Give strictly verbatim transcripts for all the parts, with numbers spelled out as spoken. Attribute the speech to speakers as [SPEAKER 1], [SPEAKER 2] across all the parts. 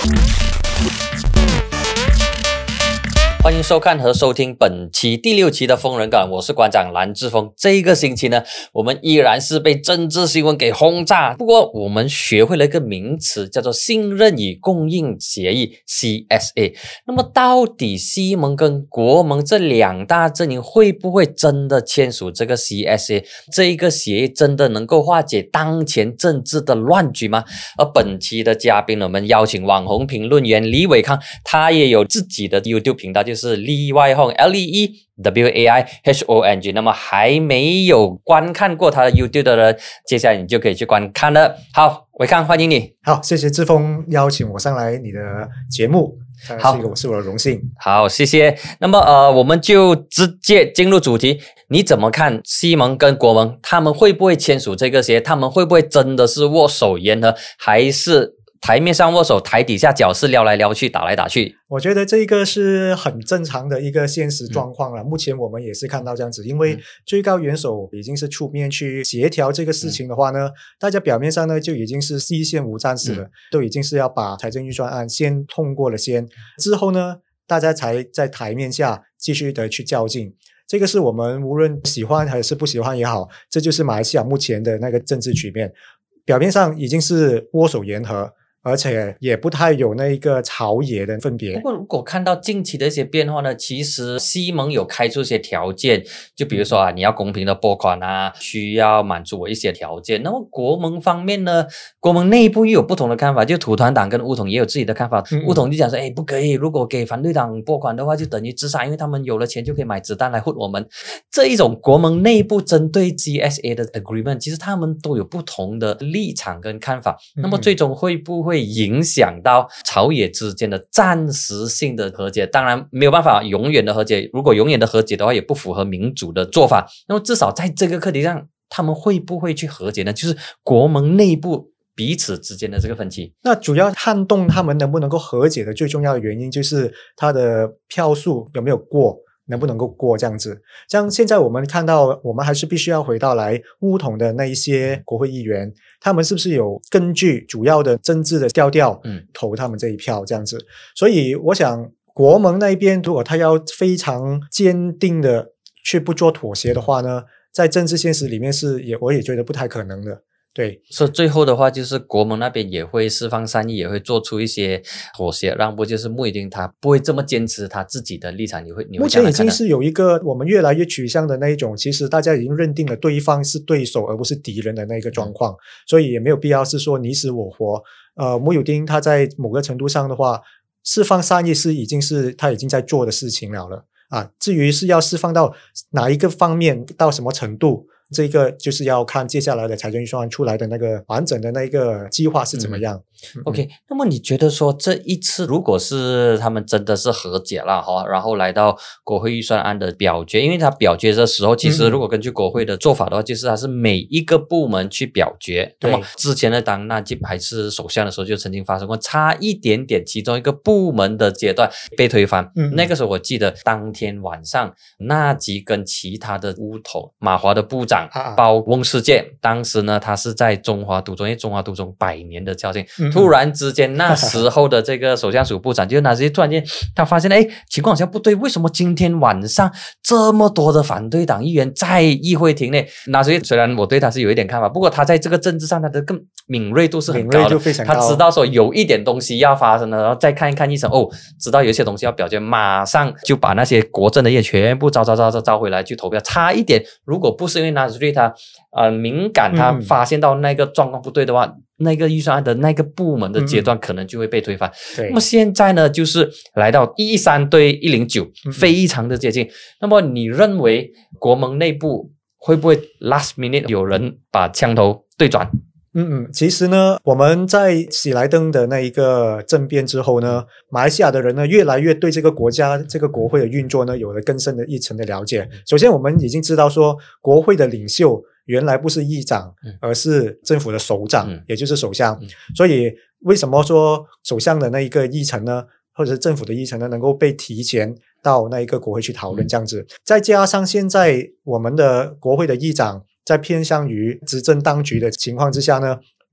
[SPEAKER 1] 欢迎收看和收听本期第六期的疯人感，我是馆长蓝志峰。这一个星期呢，我们依然是被政治新闻给轰炸，不过我们学会了一个名词，叫做信任与供应协议 C S A。 那么到底西盟跟国盟这两大阵营会不会真的签署这个 C S A？ 这一个协议真的能够化解当前政治的乱局吗？而本期的嘉宾呢，我们邀请网红评论员李伟康，他也有自己的 YouTube 频道，就是李外訇 L E E W A I H O N G。 那么还没有观看过他的 YouTube 的人，接下来你就可以去观看了。好，伟康，欢迎你。
[SPEAKER 2] 好，谢谢志峰邀请我上来你的节目，
[SPEAKER 1] 好，
[SPEAKER 2] 是我是我的荣幸。
[SPEAKER 1] 好，谢谢。那么呃，我们就直接进入主题。你怎么看西盟跟国盟他们会不会签署这个协议？他们会不会真的是握手言和，还是台面上握手，台底下脚是撩来撩去，打来打去？
[SPEAKER 2] 我觉得这个是很正常的一个现实状况了、嗯、目前我们也是看到这样子，因为最高元首已经是出面去协调这个事情的话呢、嗯、大家表面上呢就已经是一线无战事了、嗯、都已经是要把财政预算案先通过了先，之后呢大家才在台面下继续的去较劲。这个是我们无论喜欢还是不喜欢也好，这就是马来西亚目前的那个政治局面，表面上已经是握手言和，而且也不太有那一个朝野的分别。
[SPEAKER 1] 不过如果看到近期的一些变化呢，其实西盟有开出一些条件，就比如说啊，你要公平的拨款啊，需要满足我一些条件。那么国盟方面呢，国盟内部又有不同的看法，就土团党跟巫统也有自己的看法。巫统就讲说，哎，不可以，如果给反对党拨款的话，就等于自杀，因为他们有了钱就可以买子弹来混我们。这一种国盟内部针对 C S A 的 agreement， 其实他们都有不同的立场跟看法。那么最终会不会会影响到朝野之间的暂时性的和解？当然没有办法永远的和解，如果永远的和解的话也不符合民主的做法。那么至少在这个课题上他们会不会去和解呢？就是国盟内部彼此之间的这个分歧。
[SPEAKER 2] 那主要撼动他们能不能够和解的最重要的原因就是他的票数有没有过，能不能够过这样子。像现在我们看到，我们还是必须要回到来巫统的那一些国会议员，他们是不是有根据主要的政治的调调嗯，投他们这一票这样子。所以我想国盟那一边如果他要非常坚定的去不做妥协的话呢，在政治现实里面是也我也觉得不太可能的。对，
[SPEAKER 1] 所以最后的话就是国盟那边也会释放善意，也会做出一些妥协让步，就是穆伊丁他不会这么坚持他自己的立场。你会你会
[SPEAKER 2] 目前已经是有一个我们越来越趋向的那一种，其实大家已经认定了对方是对手而不是敌人的那个状况、嗯、所以也没有必要是说你死我活。呃，穆尤丁他在某个程度上的话，释放善意是已经是他已经在做的事情了了啊。至于是要释放到哪一个方面，到什么程度，这个就是要看接下来的财政预算案出来的那个完整的那个计划是怎么样。
[SPEAKER 1] 嗯、OK， 那么你觉得说这一次如果是他们真的是和解了哈，然后来到国会预算案的表决，因为他表决的时候其实如果根据国会的做法的话、嗯、就是他是每一个部门去表决。那么之前的当纳吉还是首相的时候就曾经发生过差一点点其中一个部门的阶段被推翻、嗯、那个时候我记得当天晚上纳吉跟其他的巫统马华的部长包翁世界，当时呢他是在中华独中，因为中华独中百年的交情、嗯、突然之间那时候的这个首相署部长就纳吉突然间他发现哎，情况好像不对，为什么今天晚上这么多的反对党议员在议会厅内？纳吉虽然我对他是有一点看法，不过他在这个政治上他的更敏锐度是很高的，敏锐度非常高，他知道说有一点东西要发生了，然后再看一看议程，哦，知道有一些东西要表决，马上就把那些国政的议员全部招招招招招回来去投票。差一点如果不是因为纳吉对他呃敏感，他发现到那个状况不对的话、嗯、那个预算案的那个部门的阶段可能就会被推翻、嗯、那么现在呢就是来到一一三对一零九、嗯、非常的接近。那么你认为国盟内部会不会 last minute 有人把枪头对转？
[SPEAKER 2] 嗯嗯，其实呢，我们在喜来登的那一个政变之后呢，马来西亚的人呢，越来越对这个国家、这个国会的运作呢，有了更深的一层的了解。首先，我们已经知道说，国会的领袖原来不是议长，而是政府的首长，嗯、也就是首相。嗯、所以，为什么说首相的那一个议程呢，或者是政府的议程呢，能够被提前到那一个国会去讨论这样子？再加上现在我们的国会的议长在偏向于执政当局的情况之下呢，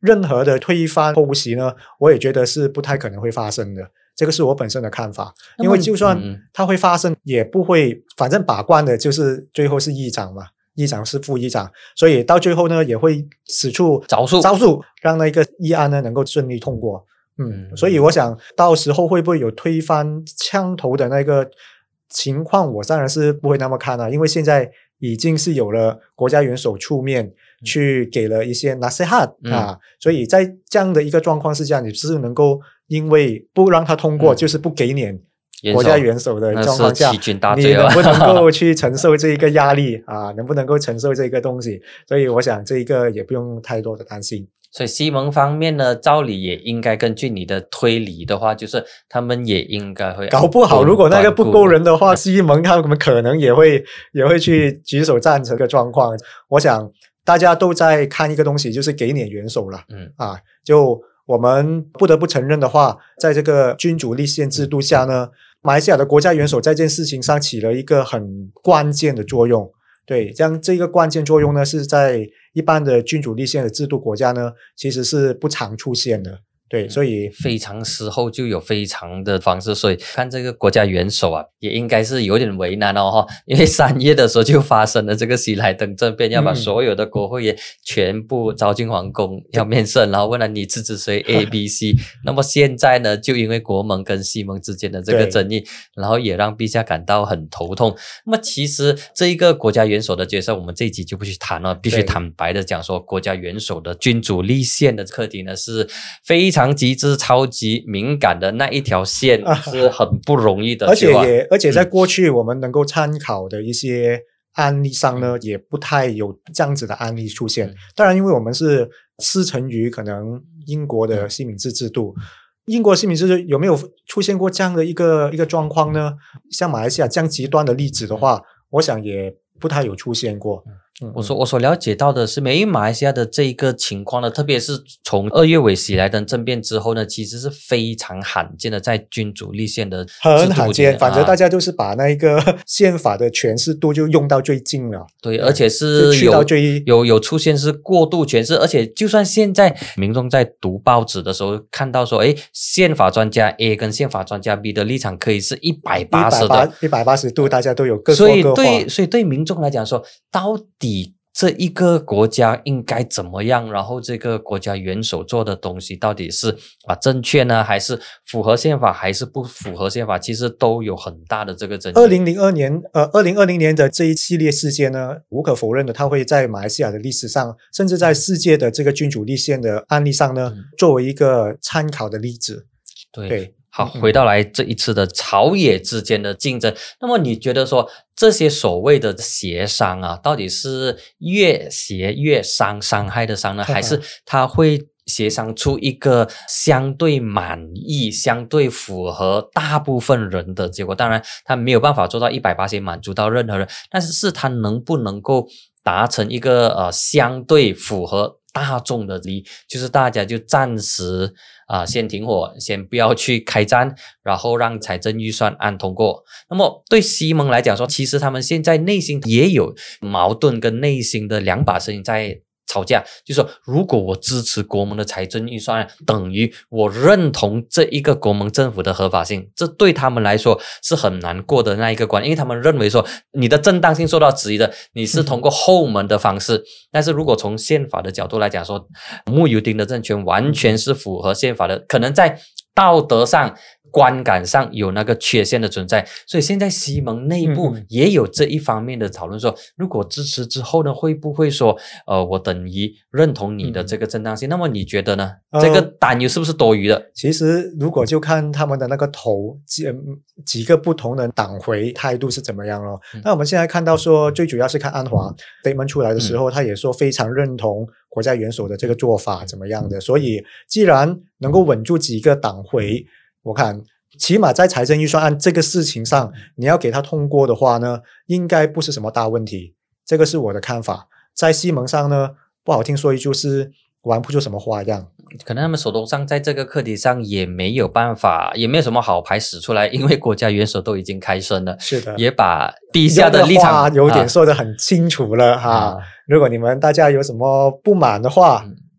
[SPEAKER 2] 任何的推翻偷袭呢，我也觉得是不太可能会发生的。这个是我本身的看法，因为就算它会发生，也不会，反正把关的就是最后是议长嘛，议长是副议长，所以到最后呢，也会使出
[SPEAKER 1] 招数，
[SPEAKER 2] 招数让那个议案呢能够顺利通过。嗯，所以我想到时候会不会有推翻枪头的那个情况，我当然是不会那么看了，因为现在已经是有了国家元首出面去给了一些 nasihat、嗯、啊，所以在这样的一个状况之下，你是能够因为不让他通过、嗯、就是不给脸国家元首的状况下，你能不能够去承受这一个压力啊？能不能够承受这个东西？所以我想这一个也不用太多的担心。
[SPEAKER 1] 所以西蒙方面呢，照理也应该根据你的推理的话，就是他们也应该会
[SPEAKER 2] 搞不好，如果那个不够人的话，西蒙他们可能也会也会去举手赞成这个状况。我想大家都在看一个东西，就是给脸元首了。嗯啊，就我们不得不承认的话，在这个君主立宪制度下呢，马来西亚的国家元首在这件事情上起了一个很关键的作用。对，这样这个关键作用呢，是在一般的君主立宪的制度国家呢，其实是不常出现的。对，所以
[SPEAKER 1] 非常时候就有非常的方式，所以看这个国家元首啊，也应该是有点为难哦，因为三月的时候就发生了这个喜来登政变，要把所有的国会也全部招进皇宫要面圣，然后问了你支持谁 A B C 那么现在呢，就因为国盟跟西盟之间的这个争议，然后也让陛下感到很头痛。那么其实这一个国家元首的角色，我们这一集就不去谈了，必须坦白的讲说，国家元首的君主立宪的课题呢，是非常极致超级敏感的那一条线，是很不容易的。
[SPEAKER 2] 而且也而且在过去我们能够参考的一些案例上呢、嗯、也不太有这样子的案例出现、嗯、当然因为我们是师承于可能英国的西敏制制度、嗯、英国西敏制度有没有出现过这样的一个一个状况呢？像马来西亚这样极端的例子的话、嗯、我想也不太有出现过。
[SPEAKER 1] 嗯、我所我所了解到的是，因为马来西亚的这一个情况呢，特别是从二月尾喜来登政变之后呢，其实是非常罕见的，在君主立宪的制度
[SPEAKER 2] 很罕见，反正大家就是把那个宪法的诠释度就用到最尽了。
[SPEAKER 1] 对，而且是有有有出现是过度诠释，而且就算现在民众在读报纸的时候看到说，诶，宪法专家 A 跟宪法专家 B 的立场可以是一百八十的
[SPEAKER 2] 一百八十度，大家都有各说各话。
[SPEAKER 1] 所以对，所以对民众来讲说，到底这一个国家应该怎么样，然后这个国家元首做的东西到底是啊正确呢，还是符合宪法，还是不符合宪法，其实都有很大的这个争议。
[SPEAKER 2] 二零零二年呃二零二零年的这一系列事件呢，无可否认的，它会在马来西亚的历史上，甚至在世界的这个君主立宪的案例上呢、嗯、作为一个参考的例子。
[SPEAKER 1] 对，对，好，回到来这一次的朝野之间的竞争，那么你觉得说这些所谓的协商啊，到底是越协越伤，伤害的伤呢，还是它会协商出一个相对满意、相对符合大部分人的结果？当然它没有办法做到 百分之百 满足到任何人，但是是它能不能够达成一个呃相对符合大众的利益，就是大家就暂时啊、呃、先停火，先不要去开战，然后让财政预算案通过。那么对西蒙来讲说，其实他们现在内心也有矛盾跟内心的两把声音在吵架，就是说如果我支持国盟的财政预算案，等于我认同这一个国盟政府的合法性，这对他们来说是很难过的那一个关，因为他们认为说你的正当性受到质疑的，你是通过后门的方式、嗯、但是如果从宪法的角度来讲说，慕尤丁的政权完全是符合宪法的，可能在道德上观感上有那个缺陷的存在，所以现在西蒙内部也有这一方面的讨论说，如果支持之后呢，会不会说呃，我等于认同你的这个正当性、嗯、那么你觉得呢、呃、这个担忧是不是多余的？
[SPEAKER 2] 其实如果就看他们的那个头 几, 几个不同的党魁态度是怎么样咯、嗯、那我们现在看到说最主要是看安华 statement 出来的时候、嗯、他也说非常认同国家元首的这个做法怎么样的，所以既然能够稳住几个党魁，我看起码在财政预算案这个事情上，你要给他通过的话呢，应该不是什么大问题，这个是我的看法。在西蒙上呢，不好听说一句是玩不出什么花样，
[SPEAKER 1] 可能他们手头上在这个课题上也没有办法，也没有什么好牌使出来，因为国家元首都已经开声了，
[SPEAKER 2] 是的，
[SPEAKER 1] 也把陛下的立场
[SPEAKER 2] 有点说得很清楚了、啊啊、如果你们大家有什么不满的话、嗯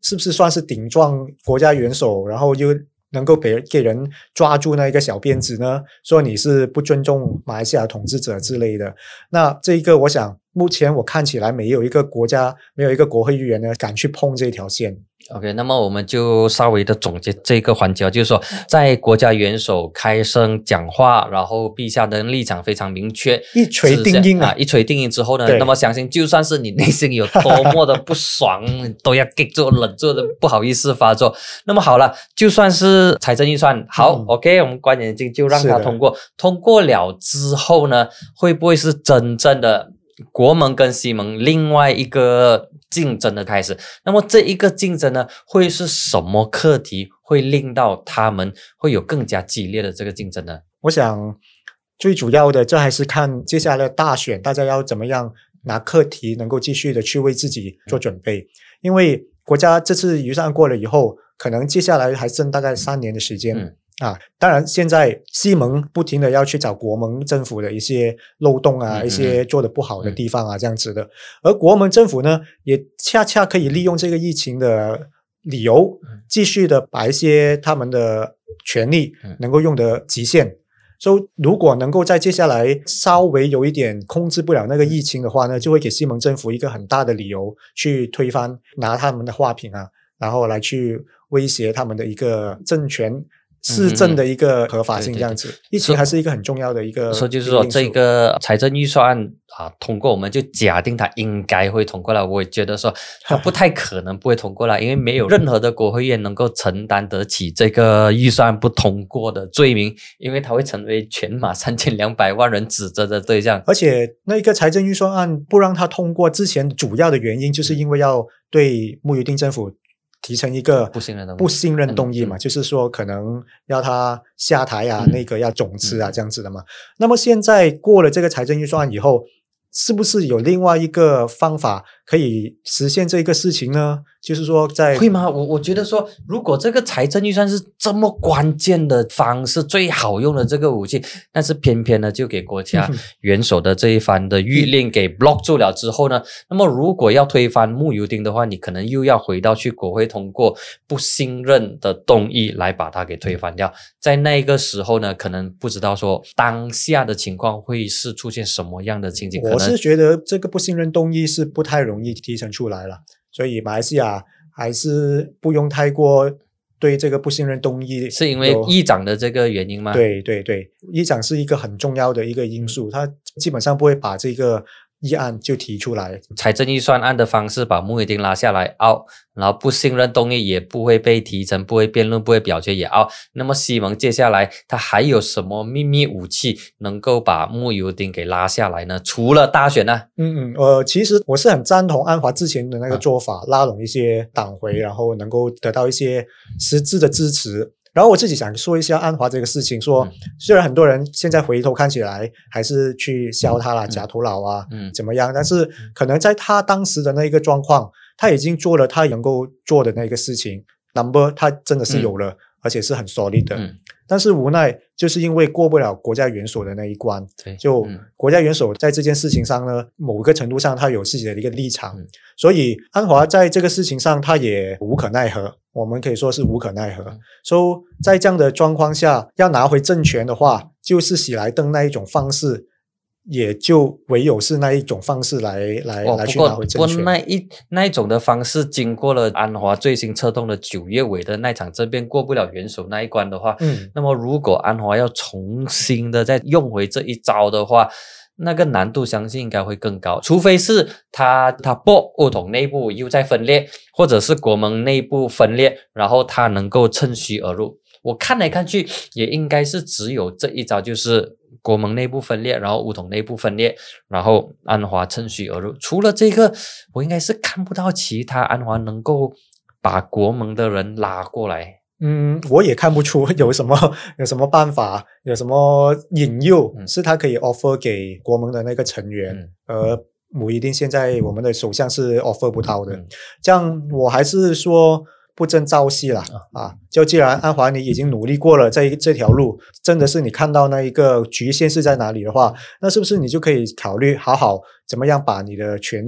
[SPEAKER 2] 是不是算是顶撞国家元首，然后又能够给给人抓住那一个小辫子呢？说你是不尊重马来西亚统治者之类的。那这一个我想目前我看起来没有一个国家，没有一个国会议员呢敢去碰这条线。
[SPEAKER 1] OK， 那么我们就稍微的总结这个环节，就是说，在国家元首开声讲话，然后陛下的立场非常明确，
[SPEAKER 2] 一锤定音 啊,
[SPEAKER 1] 啊！一锤定音之后呢，那么相信就算是你内心有多么的不爽，都要给住、忍住的，不好意思发作。那么好了，就算是财政预算好、嗯、，OK， 我们关眼睛就让它通过。通过了之后呢，会不会是真正的国盟跟西盟另外一个竞争的开始？那么这一个竞争呢，会是什么课题会令到他们会有更加激烈的这个竞争呢？
[SPEAKER 2] 我想最主要的这还是看接下来的大选大家要怎么样拿课题能够继续的去为自己做准备、嗯、因为国家这次预算过了以后，可能接下来还剩大概三年的时间、嗯啊，当然现在西盟不停的要去找国盟政府的一些漏洞啊、嗯、一些做的不好的地方啊、嗯、这样子的，而国盟政府呢也恰恰可以利用这个疫情的理由继续的把一些他们的权利能够用得极限，所以如果能够在接下来稍微有一点控制不了那个疫情的话呢，就会给西盟政府一个很大的理由去推翻，拿他们的话品啊，然后来去威胁他们的一个政权市政的一个合法性，这样子、嗯、对对对，疫情还是一个很重要的一个，
[SPEAKER 1] 所以就是说这个财政预算案啊通过，我们就假定它应该会通过了。我也觉得说它不太可能不会通过了，因为没有任何的国会议员能够承担得起这个预算不通过的罪名，因为它会成为全马三千两百万人指责的对象。
[SPEAKER 2] 而且那个财政预算案不让它通过之前主要的原因就是因为要对慕尤丁政府提成一个
[SPEAKER 1] 不信任动议
[SPEAKER 2] 不信任动议嘛、嗯嗯、就是说可能要他下台啊、嗯、那个要总辞啊、嗯、这样子的嘛。那么现在过了这个财政预算案以后，是不是有另外一个方法可以实现这个事情呢？就是说在
[SPEAKER 1] 会吗？我我觉得说如果这个财政预算是这么关键的方式，最好用的这个武器，但是偏偏呢就给国家元首的这一番的谕令给 block 住了之后呢，那么如果要推翻慕尤丁的话，你可能又要回到去国会通过不信任的动议来把它给推翻掉。在那个时候呢，可能不知道说当下的情况会是出现什么样的情景。
[SPEAKER 2] 我是觉得这个不信任动议是不太容易提成出来了，所以马来西亚还是不用太过对这个不信任动议。
[SPEAKER 1] 是因为议长的这个原因吗？
[SPEAKER 2] 对对对，议长是一个很重要的一个因素，他基本上不会把这个议案就提出来。
[SPEAKER 1] 财政预算案的方式把慕尤丁拉下来 out， 然后不信任动议也不会被提成，不会辩论，不会表决也 out。 那么西盟接下来他还有什么秘密武器能够把慕尤丁给拉下来呢？除了大选呢？
[SPEAKER 2] 嗯嗯，呃，其实我是很赞同安华之前的那个做法、啊、拉拢一些党魁，然后能够得到一些实质的支持。然后我自己想说一下安华这个事情，说、嗯、虽然很多人现在回头看起来还是去笑他啦、嗯、假头脑啊、嗯、怎么样，但是可能在他当时的那个状况，他已经做了他能够做的那个事情 number 他真的是有了、嗯、而且是很 solid 的、嗯、但是无奈就是因为过不了国家元首的那一关，就国家元首在这件事情上呢，某个程度上他有自己的一个立场、嗯、所以安华在这个事情上他也无可奈何，我们可以说是无可奈何、嗯、所以在这样的状况下要拿回政权的话，就是喜来登那一种方式，也就唯有是那一种方式来来、哦、来去拿回政权。
[SPEAKER 1] 不过那一那一种的方式经过了安华最新策动的九月尾的那场政变过不了元首那一关的话、嗯、那么如果安华要重新的再用回这一招的话，那个难度相信应该会更高，除非是他他不巫统内部又在分裂，或者是国盟内部分裂，然后他能够趁虚而入。我看来看去也应该是只有这一招，就是国盟内部分裂，然后巫统内部分裂，然后安华趁虚而入。除了这个，我应该是看不到其他安华能够把国盟的人拉过来。
[SPEAKER 2] 嗯，我也看不出有什么有什么办法，有什么引诱、嗯、是他可以 offer 给国盟的那个成员、嗯、而慕尤丁现在我们的首相是 offer 不到的、嗯、这样我还是说不争朝夕啦、嗯、啊，就既然安华你已经努力过了这这条路，真的是你看到那一个局限是在哪里的话，那是不是你就可以考虑好好怎么样把你的权利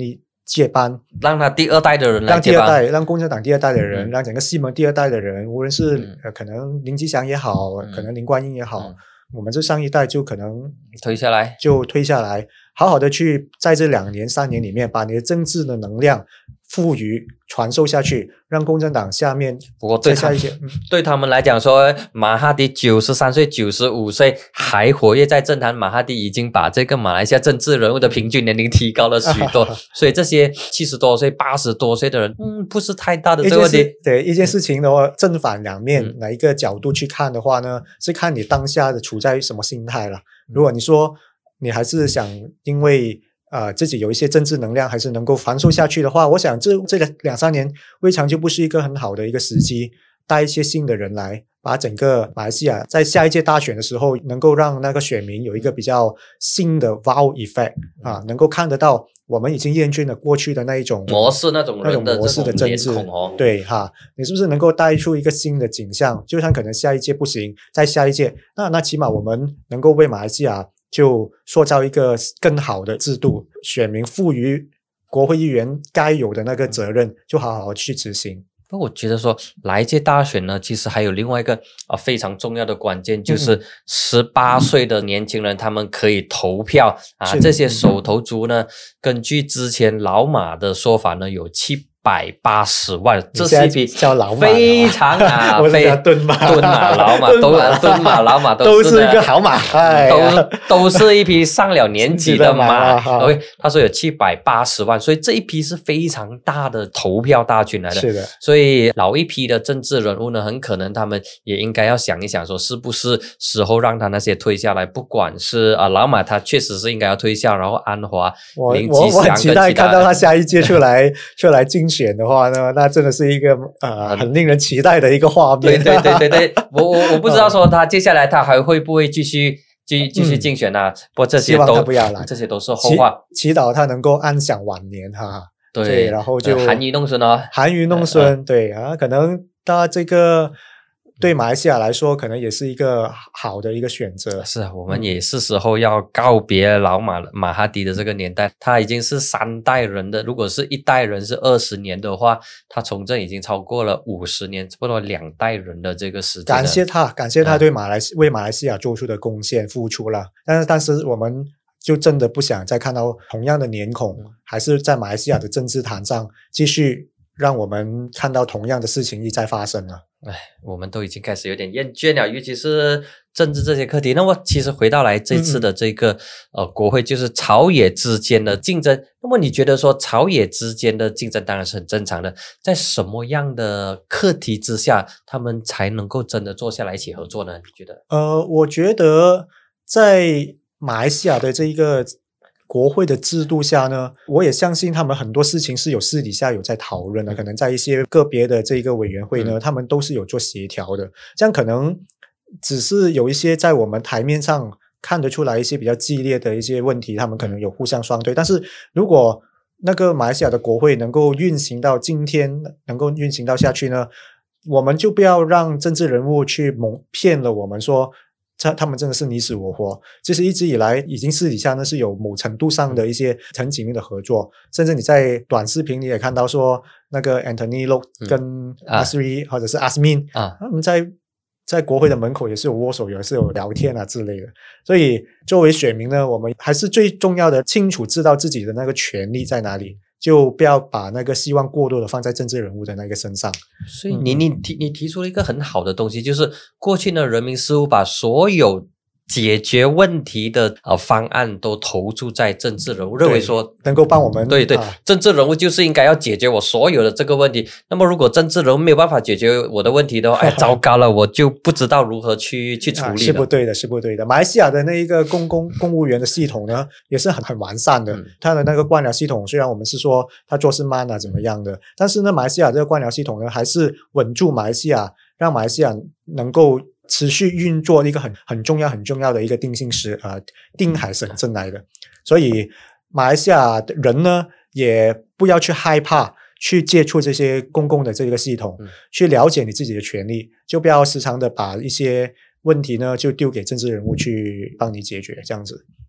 [SPEAKER 2] 接班，
[SPEAKER 1] 让他第二代的人来
[SPEAKER 2] 让第
[SPEAKER 1] 接班，
[SPEAKER 2] 二代，让共产党第二代的人，
[SPEAKER 1] 嗯
[SPEAKER 2] 让整个西蒙第二代的人，无论是、
[SPEAKER 1] 嗯
[SPEAKER 2] 呃可能林吉祥也好，
[SPEAKER 1] 嗯
[SPEAKER 2] 可能林冠英也好，
[SPEAKER 1] 嗯
[SPEAKER 2] 我们这上一代就可能
[SPEAKER 1] 推下来。
[SPEAKER 2] 就推下来，好好的去在这两年三年里面，把你的政治的能量赋予传授下去，让共产党下面
[SPEAKER 1] 不过对他
[SPEAKER 2] 再下一些，嗯
[SPEAKER 1] 对他们来讲说，马哈迪九十三岁、九十五岁还活跃在政坛，马哈迪已经把这个马来西亚政治人物的平均年龄提高了许多，所以这些七十多岁、八十多岁的人，嗯，不是太大的
[SPEAKER 2] 一件
[SPEAKER 1] 这个问题。
[SPEAKER 2] 事对一件事情的话，正反两面、
[SPEAKER 1] 嗯
[SPEAKER 2] 哪一个角度去看的话呢，是看你当下的处在什么心态了。
[SPEAKER 1] 嗯
[SPEAKER 2] 如果你说你还是想因为呃自己有一些政治能量，还是能够传授下去的话，我想这这个两三年未尝就不是一个很好的一个时机，带一些新的人来，把整个马来西亚在下一届大选的时候，能够让那个选民有一个比较新的 wow effect 啊，能够看得到我们已经厌倦了过去的那一种
[SPEAKER 1] 模式那种
[SPEAKER 2] 那种
[SPEAKER 1] 人的
[SPEAKER 2] 模式的
[SPEAKER 1] 这种脸
[SPEAKER 2] 政治，
[SPEAKER 1] 孔哦，
[SPEAKER 2] 对哈，你是不是能够带出一个新的景象？就算可能下一届不行，在下一届，那那起码我们能够为马来西亚就塑造一个更好的制度，选民赋予国会议员该有的那个责任，就好好去执行。
[SPEAKER 1] 不过我觉得说来一届大选呢，其实还有另外一个啊、呃、非常重要的关键，
[SPEAKER 2] 嗯
[SPEAKER 1] 就是十八岁的年轻人他们可以投票啊。
[SPEAKER 2] 是的
[SPEAKER 1] 这些首投族呢，根据之前老马的说法呢，有七百八十万，这是一批
[SPEAKER 2] 叫老马
[SPEAKER 1] 非常啊，
[SPEAKER 2] 我是
[SPEAKER 1] 非
[SPEAKER 2] 叫敦马
[SPEAKER 1] 敦马老马都敦马老马
[SPEAKER 2] 都是
[SPEAKER 1] 是的
[SPEAKER 2] 一个好马，哎呀
[SPEAKER 1] 都都是一匹上了年纪的马。
[SPEAKER 2] 马
[SPEAKER 1] OK， 他说有七百八十万，所以这一批是非常大的投票大军来的。
[SPEAKER 2] 是的，
[SPEAKER 1] 所以老一批的政治人物呢，很可能他们也应该要想一想，说是不是时候让他那些退下来，不管是啊老马他确实是应该要退下，然后安华、
[SPEAKER 2] 我
[SPEAKER 1] 林吉祥
[SPEAKER 2] 我我很期
[SPEAKER 1] 跟其他
[SPEAKER 2] 待看到他下一届出来出来竞选的话呢，那真的是一个呃很令人期待的一个画面。
[SPEAKER 1] 对对对对对，我我我不知道说他接下来他还会不会继续继继续竞选啊？不过这些
[SPEAKER 2] 希望
[SPEAKER 1] 都
[SPEAKER 2] 他不要来
[SPEAKER 1] 这些都是后话。
[SPEAKER 2] 祈祈祷他能够安享晚年哈。
[SPEAKER 1] 对，
[SPEAKER 2] 对然后就
[SPEAKER 1] 呃含饴弄孙哦，
[SPEAKER 2] 含饴弄孙，对啊，可能他这个对马来西亚来说，可能也是一个好的一个选择。
[SPEAKER 1] 是啊，我们也是时候要告别老马马哈迪的这个年代，他已经是三代人的，如果是一代人是二十年的话，他从政已经超过了五十年，差不多两代人的这个时间了。
[SPEAKER 2] 感谢他，感谢他对马来西、为马来西亚做出的贡献付出了，但是但是我们就真的不想再看到同样的脸孔，还是在马来西亚的政治坛上继续让我们看到同样的事情一再发生了。
[SPEAKER 1] 哎，我们都已经开始有点厌倦了，尤其是政治这些课题。那么，其实回到来这次的这个、嗯、呃国会，就是朝野之间的竞争。那么，你觉得说朝野之间的竞争当然是很正常的，在什么样的课题之下，他们才能够真的坐下来一起合作呢？你觉得？
[SPEAKER 2] 呃，我觉得在马来西亚的这一个国会的制度下呢，我也相信他们很多事情是有私底下有在讨论的，可能在一些个别的这个委员会呢，嗯、他们都是有做协调的。这样可能只是有一些在我们台面上看得出来一些比较激烈的一些问题，他们可能有互相双对。但是如果那个马来西亚的国会能够运行到今天，能够运行到下去呢，我们就不要让政治人物去蒙骗了我们说。他他们真的是你死我活，其实一直以来已经私底下呢是有某程度上的一些很紧密的合作，甚至你在短视频里也看到说那个 Anthony Loke 跟 Asri、嗯啊、或者是 Asmin 啊，他们在在国会的门口也是有握手，也是有聊天啊之类的。所以作为选民呢，我们还是最重要的清楚知道自己的那个权利在哪里，就不要把那个希望过多的放在政治人物的那个身上。
[SPEAKER 1] 所以你你提你提出了一个很好的东西，就是过去呢人民似乎把所有解决问题的呃方案都投注在政治人物，认为说
[SPEAKER 2] 能够帮我们
[SPEAKER 1] 对对、
[SPEAKER 2] 啊，
[SPEAKER 1] 政治人物就是应该要解决我所有的这个问题。那么如果政治人物没有办法解决我的问题的话，哎，糟糕了，我就不知道如何去去处理了、啊。
[SPEAKER 2] 是不对的，是不对的。马来西亚的那一个公公公务员的系统呢，也是很很完善的。嗯、它的那个官僚系统，虽然我们是说它做事慢啊怎么样的，但是呢，马来西亚这个官僚系统呢，还是稳住马来西亚，让马来西亚能够持续运作一个很很重要很重要的一个定心石呃定海神针来的。所以马来西亚的人呢，也不要去害怕去接触这些公共的这个系统、嗯、去了解你自己的权利，就不要时常的把一些问题呢就丢给政治人物去帮你解决这样子。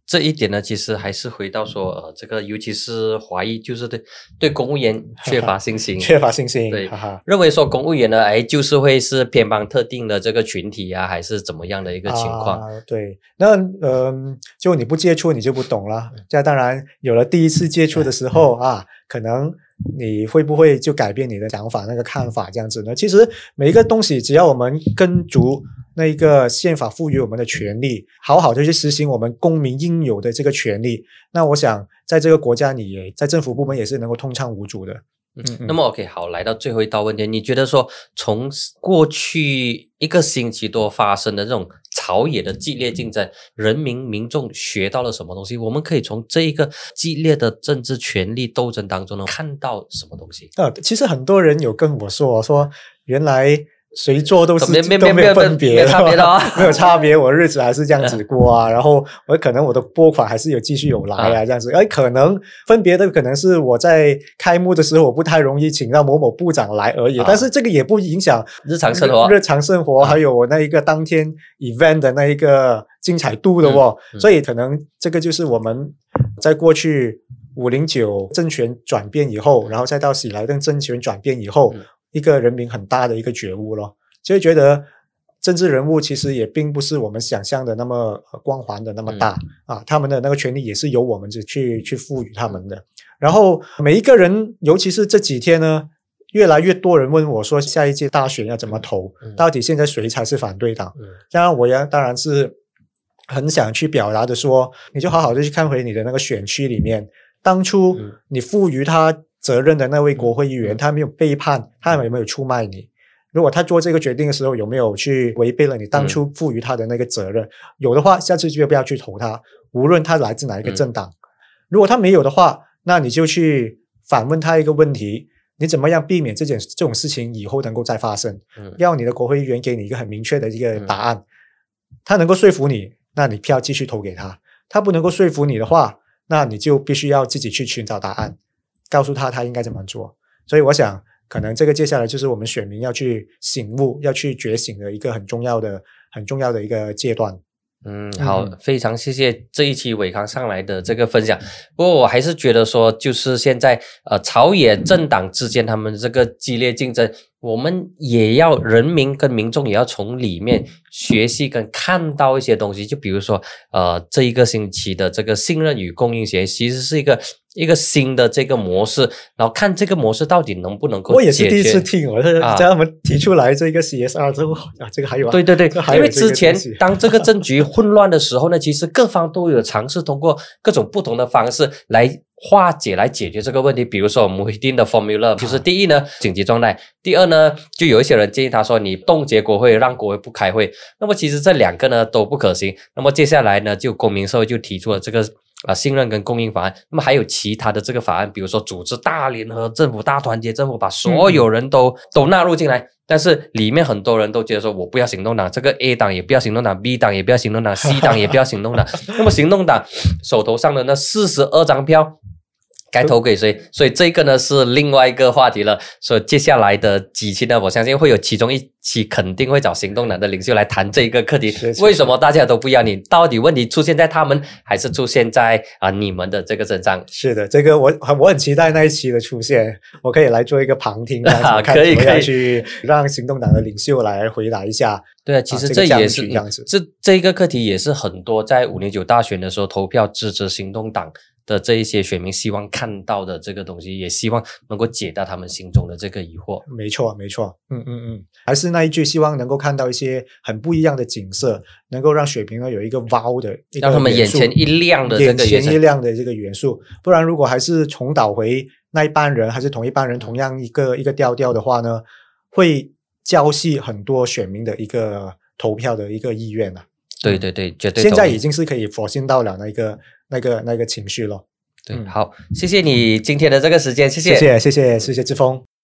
[SPEAKER 1] 这一点呢，其实还是回到说，呃，这个尤其是华裔，就是对对公务员缺乏信心，
[SPEAKER 2] 缺乏信心，
[SPEAKER 1] 对，
[SPEAKER 2] 哈哈
[SPEAKER 1] 认为说公务员呢，哎，就是会是偏帮特定的这个群体啊，还是怎么样的一个情况？
[SPEAKER 2] 啊、对，那呃，就你不接触，你就不懂了。这当然有了第一次接触的时候啊，可能你会不会就改变你的想法、那个看法这样子呢？其实每一个东西，只要我们跟足那一个宪法赋予我们的权利，好好的去实行我们公民应有的这个权利，那我想在这个国家里也，在政府部门也是能够通畅无阻的。
[SPEAKER 1] 嗯，那么 OK 好，来到最后一道问题，你觉得说从过去一个星期多发生的这种朝野的激烈竞争，人民民众学到了什么东西？我们可以从这一个激烈的政治权力斗争当中呢看到什么东西？
[SPEAKER 2] 呃，其实很多人有跟我说说，原来谁做都是
[SPEAKER 1] 没没
[SPEAKER 2] 都没有分别，
[SPEAKER 1] 没有差别的哦
[SPEAKER 2] 没有差别，我日子还是这样子过啊。然后我可能我的拨款还是有继续有来啊，这样子。哎，可能分别的可能是我在开幕的时候我不太容易请到某某部长来而已，
[SPEAKER 1] 啊
[SPEAKER 2] 但是这个也不影响
[SPEAKER 1] 日常生活
[SPEAKER 2] 日常生活还有我那一个当天 event 的那一个精彩度的哦。
[SPEAKER 1] 嗯嗯、
[SPEAKER 2] 所以可能这个就是我们在过去五零九政权转变以后，然后再到喜来登政权转变以后。嗯一个人民很大的一个觉悟咯，就会觉得政治人物其实也并不是我们想象的那么光环的那么大、嗯、啊，他们的那个权利也是由我们去去赋予他们的。然后每一个人，尤其是这几天呢，越来越多人问我说，下一届大选要怎么投？嗯、到底现在谁才是反对党？嗯、当然，我也当然是很想去表达的说，你就好好的去看回你的那个选区里面，当初你赋予他责任的那位国会议员，他没有背叛，他有没有出卖你？如果他做这个决定的时候有没有去违背了你当初赋予他的那个责任？嗯、有的话，下次就不要去投他，无论他来自哪一个政党。嗯、如果他没有的话，那你就去反问他一个问题：你怎么样避免这件这种事情以后能够再发生？嗯、要你的国会议员给你一个很明确的一个答案，嗯、他能够说服你，那你票继续投给他；他不能够说服你的话，那你就必须要自己去寻找答案。告诉他他应该怎么做。所以我想可能这个接下来就是我们选民要去醒悟要去觉醒的一个很重要的很重要的一个阶段。
[SPEAKER 1] 嗯，好，嗯、非常谢谢这一期伟康上来的这个分享。不过我还是觉得说，就是现在呃朝野政党之间他们这个激烈竞争，我们也要人民跟民众也要从里面学习跟看到一些东西。就比如说呃这一个星期的这个信任与供应协议，其实是一个一个新的这个模式，然后看这个模式到底能不能够解决。
[SPEAKER 2] 我也是第一次听，我是在他们提出来这个 C S R 之后啊，这个还有啊，
[SPEAKER 1] 对对对，因为之前当这个政局混乱的时候呢，其实各方都有尝试通过各种不同的方式来化解来解决这个问题。比如说我们会定的 formula 就是第一呢紧急状态，第二呢就有一些人建议他说你冻结国会让国会不开会，那么其实这两个呢都不可行。那么接下来呢就公民社会就提出了这个啊，信任跟供应法案，那么还有其他的这个法案，比如说组织大联合政府、大团结政府，把所有人都、嗯、都纳入进来。但是里面很多人都觉得说，我不要行动党，这个 A 党也不要行动党 ，B 党也不要行动党 ，C 党也不要行动党。那么行动党手头上的那四十二张票，该投给谁？所以这个呢是另外一个话题了。所以接下来的几期呢，我相信会有其中一期肯定会找行动党的领袖来谈这个课题。是是是为什么大家都不要你？到底问题出现在他们，还是出现在啊、呃、你们的这个身上？
[SPEAKER 2] 是的，这个我我很期待那一期的出现，我可以来做一个旁听，啊、
[SPEAKER 1] 可以可以
[SPEAKER 2] 去让行动党的领袖来回答一下。
[SPEAKER 1] 对啊，其实这也是、啊、这, 这样子、嗯、这这个课题也是很多在五零九大选的时候投票支持行动党的这一些选民希望看到的这个东西，也希望能够解答他们心中的这个疑惑。
[SPEAKER 2] 没错没错，嗯嗯嗯，还是那一句，希望能够看到一些很不一样的景色，能够让选民呢有一个 wow 的一个
[SPEAKER 1] 让他们眼前一亮的这个
[SPEAKER 2] 眼前一亮的这个元素。不然如果还是重蹈回那一班人，还是同一班人同样一个一个调调的话呢，会浇熄很多选民的一个投票的一个意愿啊。
[SPEAKER 1] 对对对，绝对
[SPEAKER 2] 现在已经是可以否信到了那个那个那个情绪了。
[SPEAKER 1] 对，嗯、好，谢谢你今天的这个时间，谢谢，
[SPEAKER 2] 谢谢，谢谢，谢谢志峰。